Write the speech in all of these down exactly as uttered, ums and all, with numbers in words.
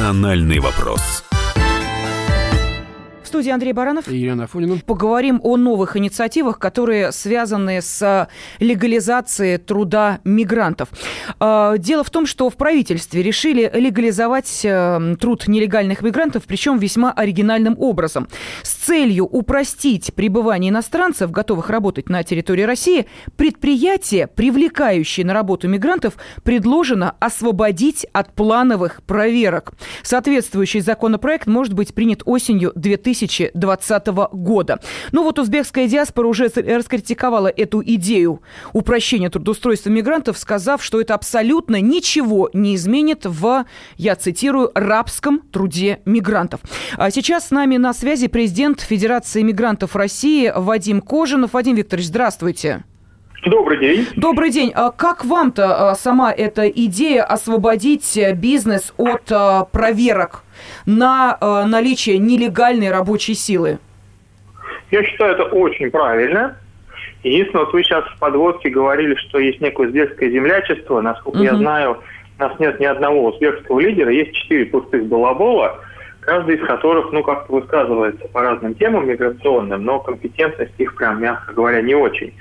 «Национальный вопрос». В студии Андрей Баранов. И Елена Афонина. Поговорим о новых инициативах, которые связаны с легализацией труда мигрантов. Дело в том, что в правительстве решили легализовать труд нелегальных мигрантов, причем весьма оригинальным образом. С целью упростить пребывание иностранцев, готовых работать на территории России, предприятия, привлекающие на работу мигрантов, предложено освободить от плановых проверок. Соответствующий законопроект может быть принят осенью две тысячи двадцатого года. Ну вот узбекская диаспора уже раскритиковала эту идею упрощения трудоустройства мигрантов, сказав, что это абсолютно ничего не изменит в, я цитирую, рабском труде мигрантов. А сейчас с нами на связи президент Федерации мигрантов России Вадим Кожинов. Вадим Викторович, здравствуйте. Добрый день. Добрый день. А как вам-то сама эта идея освободить бизнес от проверок на наличие нелегальной рабочей силы? Я считаю, это очень правильно. Единственное, вот вы сейчас в подводке говорили, что есть некое узбекское землячество. Насколько угу. я знаю, у нас нет ни одного узбекского лидера. Есть четыре пустых балабола, каждый из которых, ну, как-то высказывается по разным темам миграционным, но компетентность их, прям, мягко говоря, не очень.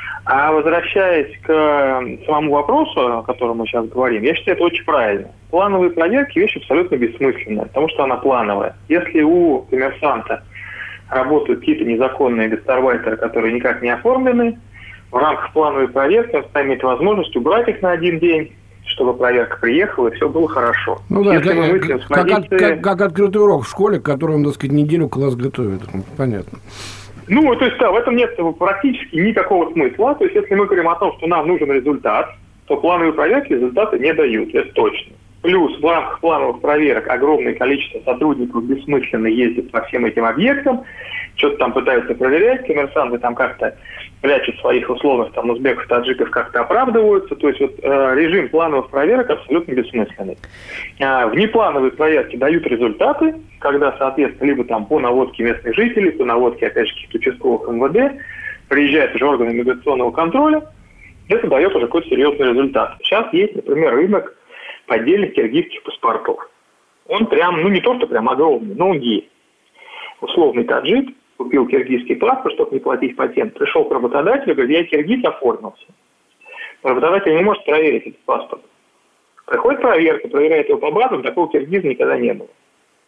А возвращаясь к самому вопросу, о котором мы сейчас говорим, я считаю, это очень правильно. Плановые проверки – вещь абсолютно бессмысленная, потому что она плановая. Если у коммерсанта работают какие-то незаконные гастарбайтеры, которые никак не оформлены, в рамках плановой проверки он имеет возможность убрать их на один день, чтобы проверка приехала, и все было хорошо. Ну да, Если как, мы мыслим с как, позиции... как, как открытый урок в школе, к которому, так сказать, неделю класс готовит. Понятно. Ну, то есть, да, в этом нет практически никакого смысла. То есть, если мы говорим о том, что нам нужен результат, то плановые проверки результаты не дают, это точно. Плюс в рамках плановых проверок огромное количество сотрудников бессмысленно ездит по всем этим объектам, что-то там пытаются проверять, коммерсанты там как-то прячут своих условных там узбеков, таджиков, как-то оправдываются. То есть вот э, режим плановых проверок абсолютно бессмысленный. А, внеплановые проверки дают результаты, когда, соответственно, либо там по наводке местных жителей, по наводке, опять же, каких-то участковых эм вэ дэ, приезжают уже органы миграционного контроля, это дает уже какой-то серьезный результат. Сейчас есть, например, рынок поддельных киргизских паспортов. Он прям, ну не то, что прям огромный, но он есть. Условный таджик купил киргизский паспорт, чтобы не платить патент, пришел к работодателю, говорит, я киргиз, оформился. Работодатель не может проверить этот паспорт. Приходит проверка, проверяет его по базам, такого киргиза никогда не было.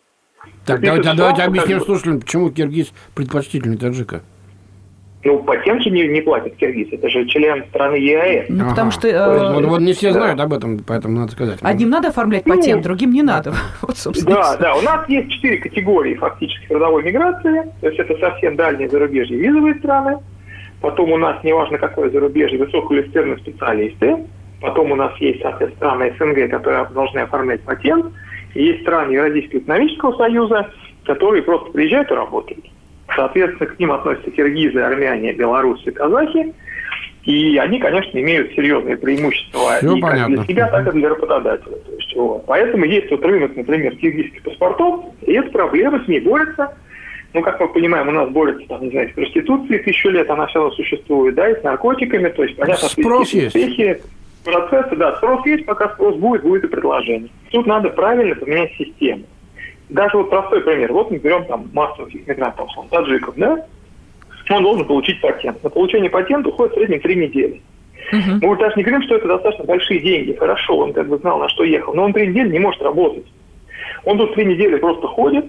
Так, давайте, давайте объясним слушателям, почему киргиз предпочтительнее таджика. Ну, патент же не, не платит киргиз, это же член страны е а эс. Ну, ага. Потому что... Э... Вот, вот не все знают да. об этом, поэтому надо сказать. Одним надо оформлять патент, ну, другим не надо. Вот, собственно. Да, да, у нас есть четыре категории фактически трудовой миграции, то есть это совсем дальние зарубежье визовые страны, потом у нас, неважно какое зарубежье, высококвалифицированные специалисты, потом у нас есть, соответственно, страны эс эн гэ, которые должны оформлять патент, и есть страны Евразийского экономического союза, которые просто приезжают и работают. Соответственно, к ним относятся киргизы, армяне, белорусы, казахи. И они, конечно, имеют серьезные преимущества Все и понятно. как для себя, так и для работодателя. То есть, вот. Поэтому есть вот рынок, например, киргизских паспортов, и эта проблема, с ней борется. Ну, как мы понимаем, у нас борется, там, не знаю, с проституцией тысячу лет, она все равно существует, да, и с наркотиками. То есть, понятно, спрос есть. Успехи, процессы, да, спрос есть, пока спрос будет, будет и предложение. Тут надо правильно поменять систему. Даже вот простой пример. Вот мы берем там массовых мигрантов, таджиков, да? Он должен получить патент. На получение патента уходит в среднем три недели. Uh-huh. Мы вот даже не говорим, что это достаточно большие деньги. Хорошо, он как бы знал, на что ехал. Но он три недели не может работать. Он тут три недели просто ходит,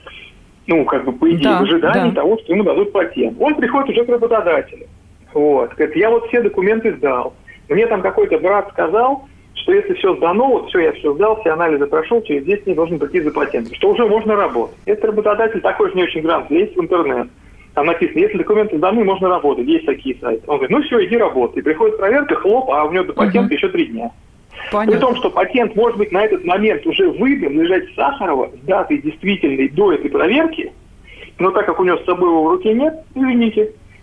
ну, как бы, по идее, да, в ожидании да. того, что ему дадут патент. Он приходит уже к работодателю. Вот. Говорит, я вот все документы сдал. Мне там какой-то брат сказал, что если все сдано, вот все, я все сдал, все анализы прошел, через десять дней должен прийти за патентом, что уже можно работать. Если работодатель такой же не очень грамотный, есть в интернет, там написано, если документы сданы, можно работать, есть такие сайты. Он говорит, ну все, иди работай. Приходит проверка, хлоп, а у него до патента uh-huh. еще три дня. Понятно. При том, что патент может быть на этот момент уже выдан, лежать в Сахарова, с датой действительной до этой проверки, но так как у него с собой его в руке нет, извините,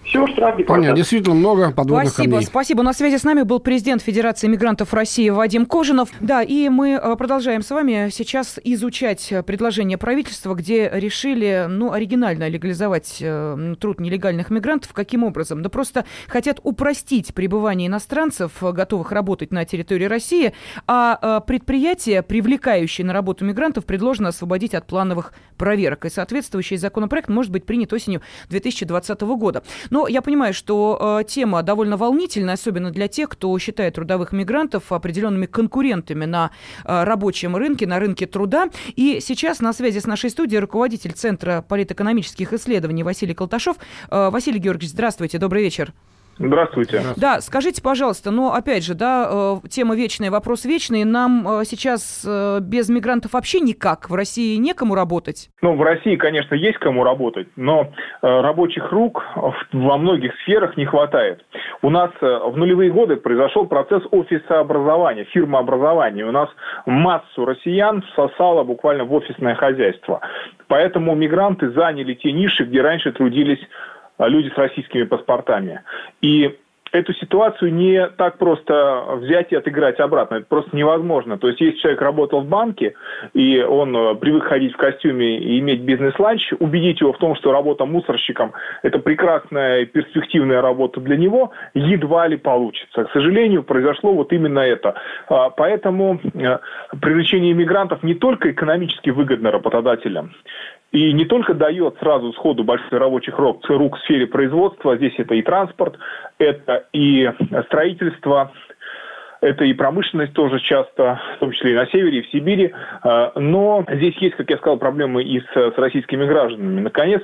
Все, штраф, депортация. Понятно, действительно много подводных Спасибо, камней. спасибо. На связи с нами был президент Федерации мигрантов России Вадим Кожинов. Да, и мы продолжаем с вами сейчас изучать предложение правительства, где решили, ну, оригинально легализовать э, труд нелегальных мигрантов. Каким образом? Да просто хотят упростить пребывание иностранцев, готовых работать на территории России, а э, предприятия, привлекающие на работу мигрантов, предложено освободить от плановых проверок. И соответствующий законопроект может быть принят осенью две тысячи двадцатого года. Но я понимаю, что э, тема довольно волнительная, особенно для тех, кто считает трудовых мигрантов определенными конкурентами на э, рабочем рынке, на рынке труда. И сейчас на связи с нашей студией руководитель Центра политэкономических исследований Василий Колташов. Э, Василий Георгиевич, здравствуйте, добрый вечер. Здравствуйте. Да, скажите, пожалуйста, но опять же, да, э, тема вечная, вопрос вечный. Нам э, сейчас э, без мигрантов вообще никак. В России некому работать? Ну, в России, конечно, есть кому работать, но э, рабочих рук во многих сферах не хватает. У нас э, в нулевые годы произошел процесс офисообразования, фирмообразования. У нас массу россиян всосало буквально в офисное хозяйство. Поэтому мигранты заняли те ниши, где раньше трудились люди с российскими паспортами. И эту ситуацию не так просто взять и отыграть обратно. Это просто невозможно. То есть, если человек работал в банке, и он привык ходить в костюме и иметь бизнес-ланч, убедить его в том, что работа мусорщиком – это прекрасная и перспективная работа для него, едва ли получится. К сожалению, произошло вот именно это. Поэтому привлечение иммигрантов не только экономически выгодно работодателям, и не только дает сразу сходу большой рабочих рук в сфере производства, здесь это и транспорт, это и строительство, это и промышленность тоже часто, в том числе и на севере, и в Сибири. Но здесь есть, как я сказал, проблемы и с, с российскими гражданами. Наконец,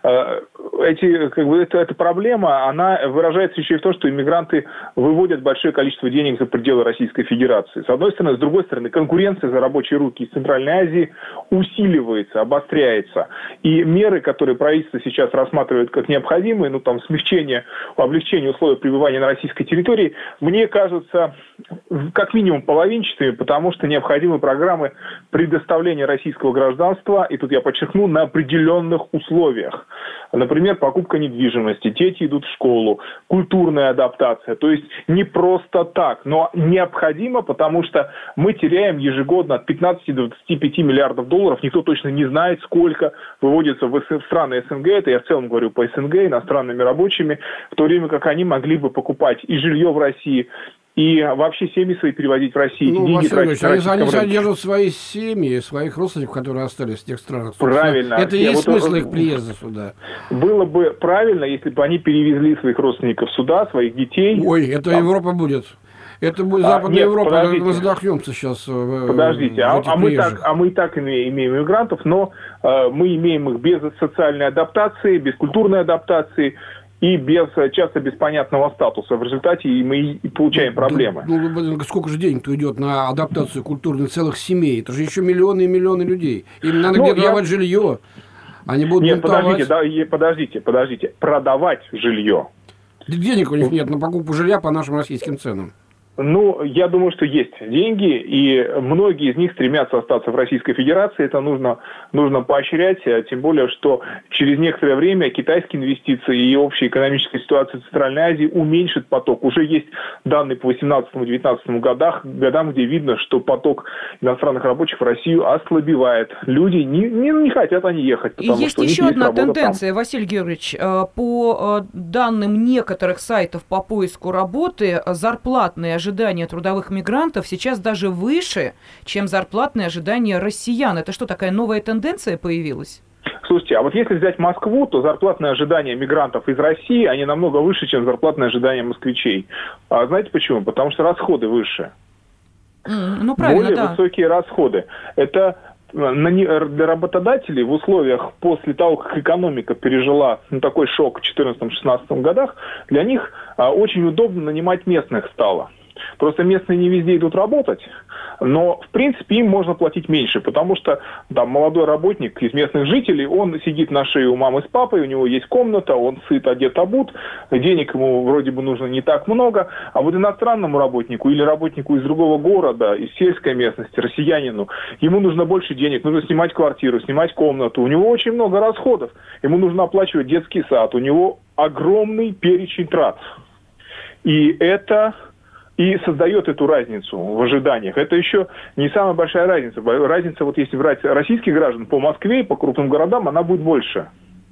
эти, как бы, эта, эта проблема, она выражается еще и в том, что иммигранты выводят большое количество денег за пределы Российской Федерации. С одной стороны. С другой стороны, конкуренция за рабочие руки из Центральной Азии усиливается, обостряется. И меры, которые правительство сейчас рассматривает как необходимые, ну там смягчение, облегчение условий пребывания на российской территории, мне кажется, как минимум половинчатыми, потому что необходимы программы предоставления российского гражданства, и тут я подчеркну, на определенных условиях. Например, покупка недвижимости, дети идут в школу, культурная адаптация. То есть не просто так, но необходимо, потому что мы теряем ежегодно от пятнадцати до двадцати пяти миллиардов долларов. Никто точно не знает, сколько выводится в страны СНГ. Это я в целом говорю по СНГ, иностранными рабочими, в то время как они могли бы покупать и жилье в России, и вообще семьи свои переводить в Россию. Ну, Василий Ильич, они, они содержат свои семьи, своих родственников, которые остались в тех странах. Правильно. Это и есть смысл их приезда сюда. Было бы правильно, если бы они перевезли своих родственников сюда, своих детей. Ой, это там... Европа будет. Это будет Западная а, нет, Европа, подождите. Мы задохнемся сейчас. Подождите, а, а, мы так, а мы и так имеем, имеем иммигрантов, но э, мы имеем их без социальной адаптации, без культурной адаптации, и без, часто без понятного статуса. В результате мы и получаем проблемы. Ну, ну, сколько же денег-то идет на адаптацию культурных целых семей? Это же еще миллионы и миллионы людей. Им надо ну, где-то я... давать жилье. Они будут Нет, подождите, да, подождите, подождите. Продавать жилье. Денег у них нет на покупку жилья по нашим российским ценам. Ну, я думаю, что есть деньги, и многие из них стремятся остаться в Российской Федерации. Это нужно, нужно поощрять, тем более, что через некоторое время китайские инвестиции и общая экономическая ситуация в Центральной Азии уменьшит поток. Уже есть данные по восемнадцатому-девятнадцатому годах, годам, где видно, что поток иностранных рабочих в Россию ослабевает. Люди не, не, не хотят они ехать. И есть еще одна тенденция, там. Василий Георгиевич. По данным некоторых сайтов по поиску работы, зарплатные ожидания трудовых мигрантов сейчас даже выше, чем зарплатные ожидания россиян. Это что, такая новая тенденция появилась? Слушайте, а вот если взять Москву, то зарплатные ожидания мигрантов из России, они намного выше, чем зарплатные ожидания москвичей. А знаете почему? Потому что расходы выше. Mm, ну, правильно, Более да. высокие расходы. Это для работодателей в условиях после того, как экономика пережила ну, такой шок в четырнадцатом-шестнадцатом годах, для них а, очень удобно нанимать местных стало. Просто местные не везде идут работать, но, в принципе, им можно платить меньше, потому что там молодой работник из местных жителей, он сидит на шее у мамы с папой, у него есть комната, он сыт, одет, обут, денег ему вроде бы нужно не так много, а вот иностранному работнику или работнику из другого города, из сельской местности, россиянину, ему нужно больше денег, нужно снимать квартиру, снимать комнату, у него очень много расходов, ему нужно оплачивать детский сад, у него огромный перечень трат. И это и создает эту разницу в ожиданиях. Это еще не самая большая разница. Разница, вот если брать российских граждан по Москве и по крупным городам, она будет больше.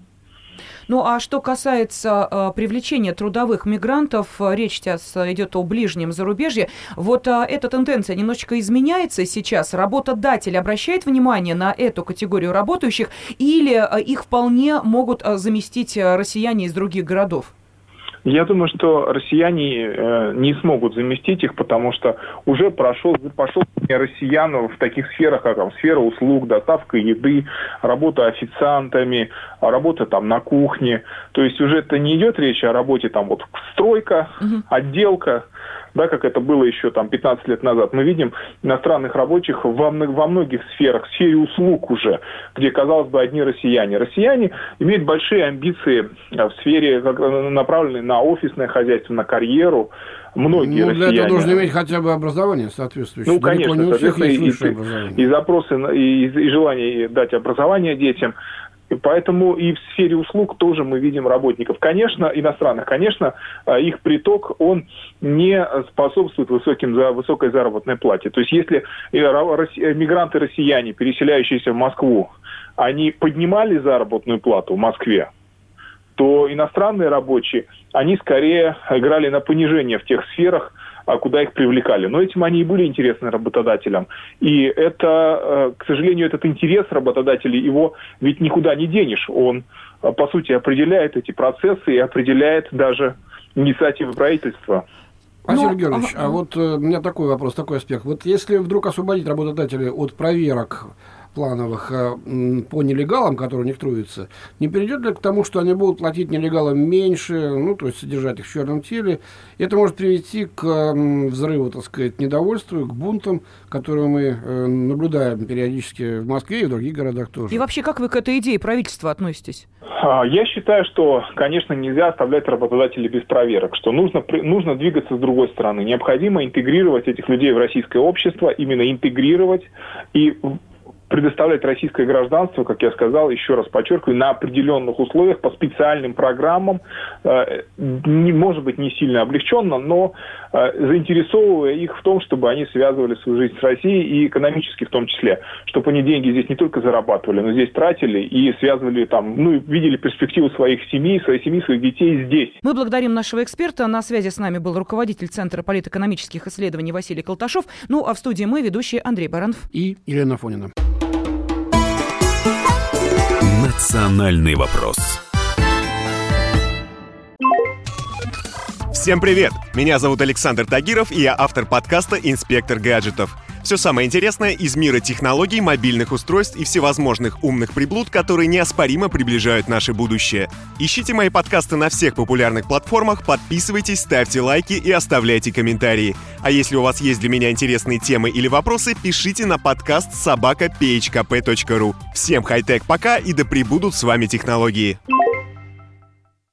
Ну, а что касается э, привлечения трудовых мигрантов, речь сейчас идет о ближнем зарубежье, вот э, эта тенденция немножечко изменяется сейчас. Работодатель обращает внимание на эту категорию работающих или э, их вполне могут э, заместить э, россияне из других городов? Я думаю, что россияне э, не смогут заместить их, потому что уже прошел, пошел россиян в таких сферах, как там, сфера услуг, доставка еды, работа официантами, работа там на кухне. То есть уже это не идет речь о работе там вот стройка, угу. отделка, да, как это было еще там пятнадцать лет назад. Мы видим иностранных рабочих во, во многих сферах, в сфере услуг уже, где, казалось бы, одни россияне. Россияне имеют большие амбиции в сфере, направленные на офисное хозяйство, на карьеру. Многие ну, для россияне. этого нужно иметь хотя бы образование соответствующее. Ну, конечно, не у всех есть высшее и, образование. И запросы, и, и желание дать образование детям. И поэтому и в сфере услуг тоже мы видим работников. Конечно, иностранных, конечно, их приток, он не способствует высоким, высокой заработной плате. То есть если мигранты-россияне, переселяющиеся в Москву, они поднимали заработную плату в Москве, то иностранные рабочие, они скорее играли на понижение в тех сферах, куда их привлекали. Но этим они и были интересны работодателям. И это, к сожалению, этот интерес работодателей, его ведь никуда не денешь. Он, по сути, определяет эти процессы и определяет даже инициативы правительства. Василий ну, Георгиевич, а, а вот у меня такой вопрос, такой аспект. Вот если вдруг освободить работодателей от проверок плановых по нелегалам, которые у них трудятся, не перейдет ли к тому, что они будут платить нелегалам меньше, ну, то есть содержать их в черном теле? Это может привести к взрыву, так сказать, недовольству, к бунтам, которые мы наблюдаем периодически в Москве и в других городах тоже. И вообще, как вы к этой идее правительства относитесь? Я считаю, что, конечно, нельзя оставлять работодателей без проверок, что нужно, нужно двигаться с другой стороны. Необходимо интегрировать этих людей в российское общество, именно интегрировать и предоставлять российское гражданство, как я сказал, еще раз подчеркиваю, на определенных условиях, по специальным программам, не, может быть, не сильно облегченно, но заинтересовывая их в том, чтобы они связывали свою жизнь с Россией и экономически в том числе, чтобы они деньги здесь не только зарабатывали, но здесь тратили и связывали там, ну, видели перспективу своих семей, своей семьи, своих детей здесь. Мы благодарим нашего эксперта. На связи с нами был руководитель Центра политэкономических исследований Василий Колташов. Ну, а в студии мы, ведущие Андрей Баранов и Елена Афонина. Национальный вопрос. Всем привет! Меня зовут Александр Тагиров, и я автор подкаста «Инспектор гаджетов». Все самое интересное из мира технологий, мобильных устройств и всевозможных умных приблуд, которые неоспоримо приближают наше будущее. Ищите мои подкасты на всех популярных платформах, подписывайтесь, ставьте лайки и оставляйте комментарии. А если у вас есть для меня интересные темы или вопросы, пишите на подкаст собака пи эйч ка пэ точка ру. Всем хай-тек пока и да пребудут с вами технологии!